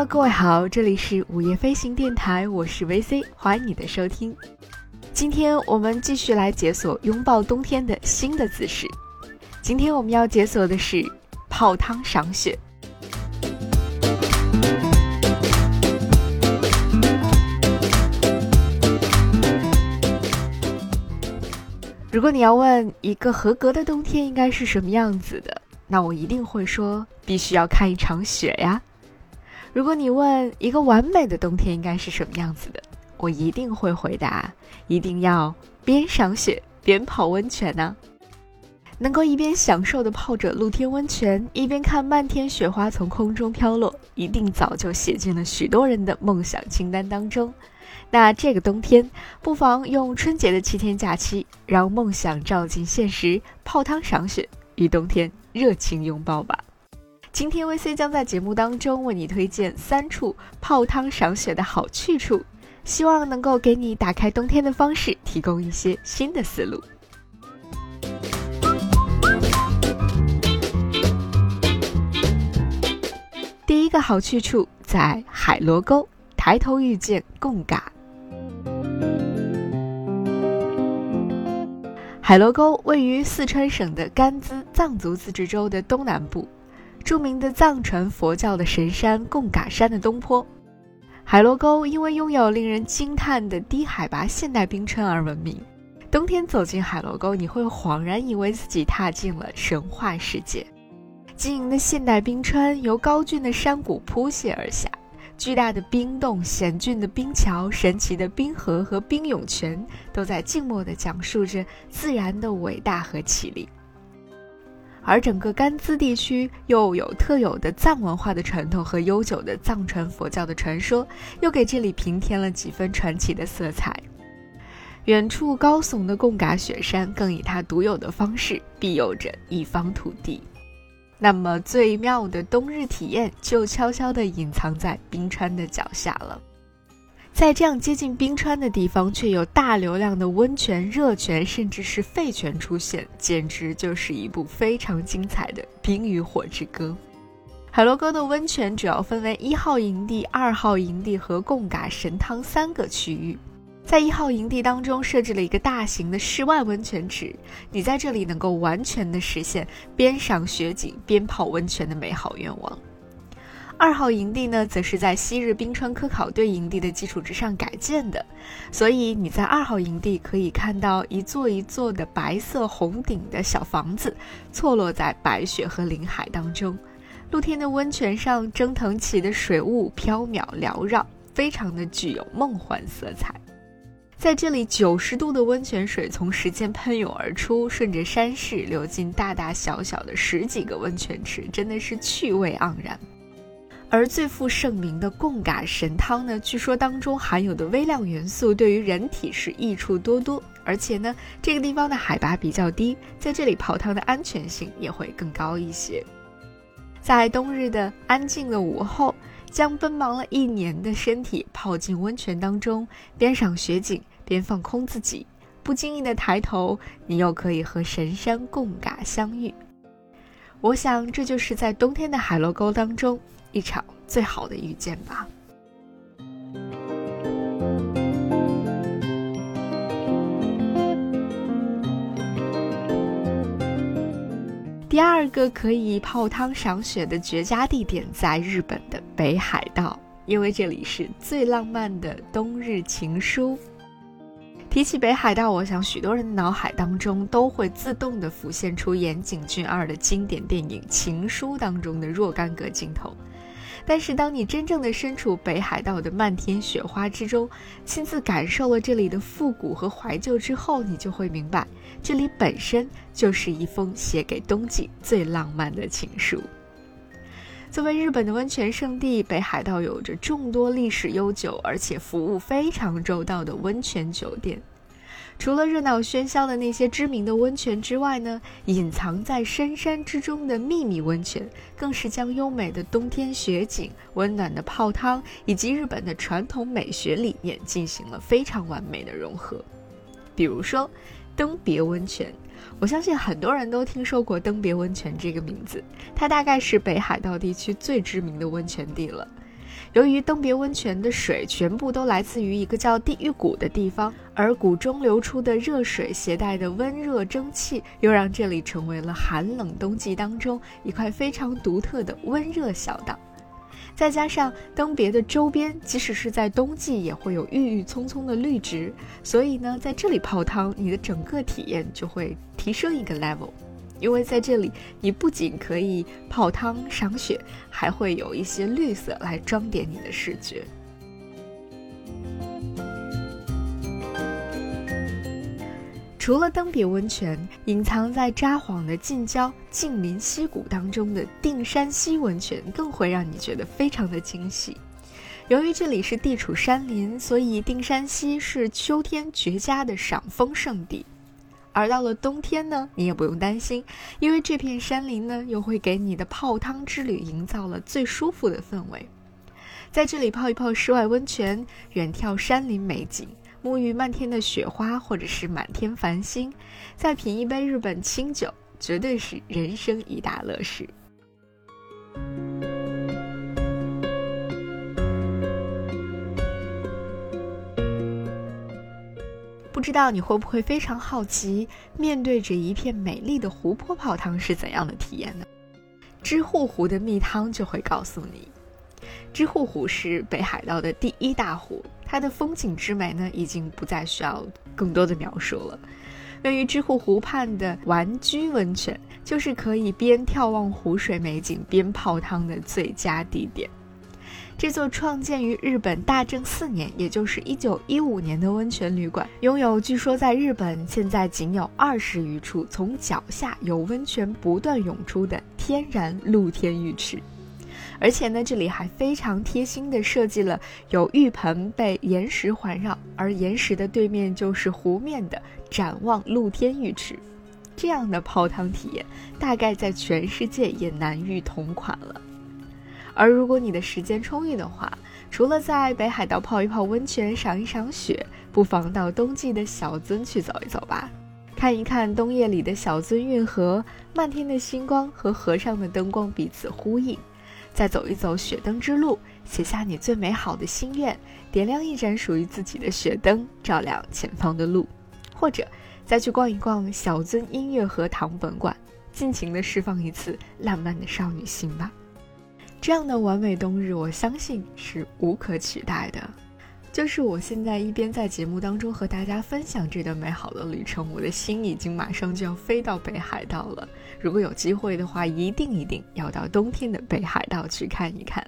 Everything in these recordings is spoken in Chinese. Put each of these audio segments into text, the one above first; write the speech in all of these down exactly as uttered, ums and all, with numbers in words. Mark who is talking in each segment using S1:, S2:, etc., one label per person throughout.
S1: Hello， 各位好，这里是午夜飞行电台，我是 V C， 欢迎你的收听。今天我们继续来解锁拥抱冬天的新的姿势。今天我们要解锁的是泡汤赏雪。如果你要问一个合格的冬天应该是什么样子的，那我一定会说必须要看一场雪呀。如果你问一个完美的冬天应该是什么样子的，我一定会回答一定要边赏雪边泡温泉呢。能够一边享受的泡着露天温泉，一边看漫天雪花从空中飘落，一定早就写进了许多人的梦想清单当中。那这个冬天，不妨用春节的七天假期，让梦想照进现实，泡汤赏雪，与冬天热情拥抱吧。今天 V C 将在节目当中为你推荐三处泡汤赏雪的好去处，希望能够给你打开冬天的方式提供一些新的思路。第一个好去处在海螺沟，抬头遇见贡嘎。海螺沟位于四川省的甘孜藏族自治州的东南部，著名的藏传佛教的神山贡嘎山的东坡。海螺沟因为拥有令人惊叹的低海拔现代冰川而闻名，冬天走进海螺沟，你会恍然以为自己踏进了神话世界。晶莹的现代冰川由高峻的山谷铺泻而下，巨大的冰洞、险峻的冰桥、神奇的冰河和冰涌泉都在静默地讲述着自然的伟大和绮丽。而整个甘孜地区又有特有的藏文化的传统和悠久的藏传佛教的传说，又给这里平添了几分传奇的色彩。远处高耸的贡嘎雪山更以它独有的方式庇佑着一方土地。那么最妙的冬日体验就悄悄地隐藏在冰川的脚下了。在这样接近冰川的地方，却有大流量的温泉、热泉甚至是沸泉出现，简直就是一部非常精彩的冰与火之歌。海螺沟的温泉主要分为一号营地、二号营地和贡嘎神汤三个区域。在一号营地当中设置了一个大型的室外温泉池，你在这里能够完全的实现边赏雪景边泡温泉的美好愿望。二号营地呢，则是在昔日冰川科考队营地的基础之上改建的，所以你在二号营地可以看到一座一座的白色红顶的小房子错落在白雪和林海当中，露天的温泉上蒸腾起的水雾飘渺缭绕，非常的具有梦幻色彩。在这里九十度的温泉水从石间喷涌而出，顺着山势流进大大小小的十几个温泉池，真的是趣味盎然。而最负盛名的贡嘎神汤呢，据说当中含有的微量元素对于人体是益处多多，而且呢，这个地方的海拔比较低，在这里泡汤的安全性也会更高一些。在冬日的安静的午后，将奔忙了一年的身体泡进温泉当中，边赏雪景边放空自己，不经意的抬头，你又可以和神山贡嘎相遇。我想这就是在冬天的海螺沟当中一场最好的遇见吧。第二个可以泡汤赏雪的绝佳地点在日本的北海道，因为这里是最浪漫的冬日情书。提起北海道，我想许多人的脑海当中都会自动地浮现出岩井俊二的经典电影《情书》当中的若干个镜头。但是当你真正的身处北海道的漫天雪花之中，亲自感受了这里的复古和怀旧之后，你就会明白，这里本身就是一封写给冬季最浪漫的情书。作为日本的温泉圣地，北海道有着众多历史悠久而且服务非常周到的温泉酒店。除了热闹喧嚣的那些知名的温泉之外呢，隐藏在深山之中的秘密温泉更是将优美的冬天雪景、温暖的泡汤以及日本的传统美学理念进行了非常完美的融合。比如说登别温泉，我相信很多人都听说过登别温泉这个名字，它大概是北海道地区最知名的温泉地了。 由于登别温泉的水全部都来自于一个叫地狱谷的地方，而谷中流出的热水携带的温热蒸汽，又让这里成为了寒冷冬季当中一块非常独特的温热小岛。再加上登别的周边，即使是在冬季也会有郁郁葱葱的绿植，所以呢，在这里泡汤，你的整个体验就会提升一个 level。因为在这里，你不仅可以泡汤赏雪，还会有一些绿色来装点你的视觉。除了登别温泉，隐藏在札幌的近郊近邻溪谷当中的定山溪温泉更会让你觉得非常的惊喜。由于这里是地处山林，所以定山溪是秋天绝佳的赏枫胜地。而到了冬天呢，你也不用担心，因为这片山林呢，又会给你的泡汤之旅营造了最舒服的氛围。在这里泡一泡室外温泉，远眺山林美景，沐浴漫天的雪花或者是满天繁星，再品一杯日本清酒，绝对是人生一大乐事。不知道你会不会非常好奇，面对着一片美丽的湖泊泡汤是怎样的体验呢？知户湖的蜜汤就会告诉你。知户湖是北海道的第一大湖，它的风景之美呢，已经不再需要更多的描述了。位于知户湖畔的丸居温泉，就是可以边眺望湖水美景边泡汤的最佳地点。这座创建于日本大正四年，也就是一九一五年的温泉旅馆，拥有据说在日本现在仅有二十余处从脚下有温泉不断涌出的天然露天浴池。而且呢，这里还非常贴心地设计了有浴盆被岩石环绕，而岩石的对面就是湖面的展望露天浴池。这样的泡汤体验，大概在全世界也难遇同款了。而如果你的时间充裕的话，除了在北海道泡一泡温泉赏一赏雪，不妨到冬季的小樽去走一走吧，看一看冬夜里的小樽运河，漫天的星光和河上的灯光彼此呼应，再走一走雪灯之路，写下你最美好的心愿，点亮一盏属于自己的雪灯，照亮前方的路。或者再去逛一逛小樽音乐和堂本馆，尽情地释放一次浪漫的少女心吧。这样的完美冬日，我相信是无可取代的。就是我现在一边在节目当中和大家分享这段美好的旅程，我的心已经马上就要飞到北海道了。如果有机会的话，一定一定要到冬天的北海道去看一看。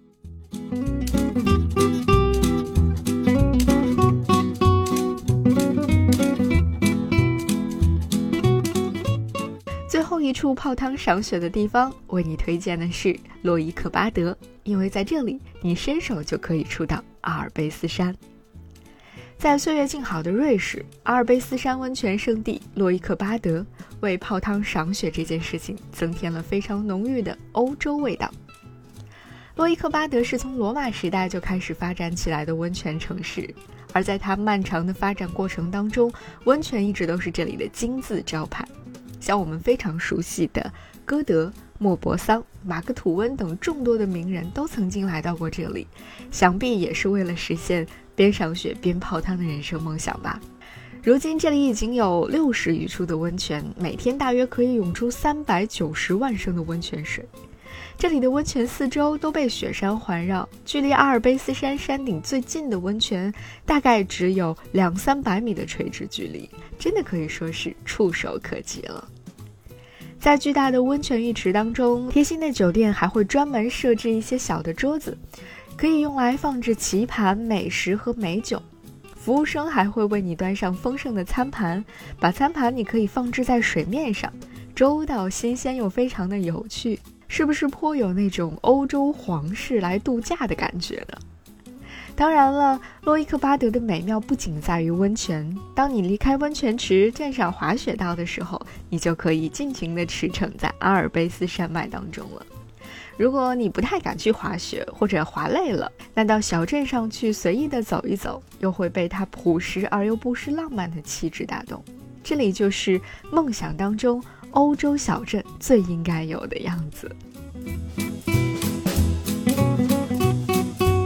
S1: 最后一处泡汤赏雪的地方，为你推荐的是洛伊克巴德，因为在这里你伸手就可以触到阿尔卑斯山。在岁月静好的瑞士，阿尔卑斯山温泉圣地洛伊克巴德为泡汤赏雪这件事情增添了非常浓郁的欧洲味道。洛伊克巴德是从罗马时代就开始发展起来的温泉城市，而在它漫长的发展过程当中，温泉一直都是这里的金字招牌。像我们非常熟悉的歌德、莫泊桑、马克吐温等众多的名人都曾经来到过这里，想必也是为了实现边赏雪边泡汤的人生梦想吧。如今这里已经有六十余处的温泉，每天大约可以涌出三百九十万升的温泉水。这里的温泉四周都被雪山环绕，距离阿尔卑斯山山顶最近的温泉大概只有两三百米的垂直距离，真的可以说是触手可及了。在巨大的温泉浴池当中，贴心的酒店还会专门设置一些小的桌子，可以用来放置棋盘、美食和美酒。服务生还会为你端上丰盛的餐盘，把餐盘你可以放置在水面上，周到新鲜又非常的有趣，是不是颇有那种欧洲皇室来度假的感觉呢？当然了，洛伊克巴德的美妙不仅在于温泉，当你离开温泉池站上滑雪道的时候，你就可以尽情地驰骋在阿尔卑斯山脉当中了。如果你不太敢去滑雪，或者滑累了，那到小镇上去随意的走一走，又会被它朴实而又不失浪漫的气质打动。这里就是梦想当中欧洲小镇最应该有的样子。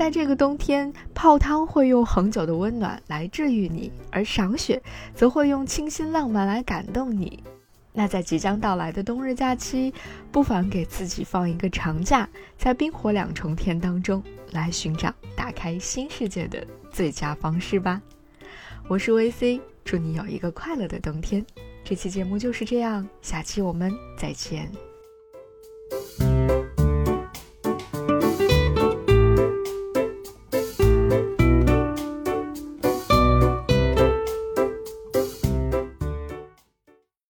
S1: 在这个冬天，泡汤会用恒久的温暖来治愈你，而赏雪则会用清新浪漫来感动你。那在即将到来的冬日假期，不妨给自己放一个长假，在冰火两重天当中来寻找打开新世界的最佳方式吧。我是 V C， 祝你有一个快乐的冬天。这期节目就是这样，下期我们再见。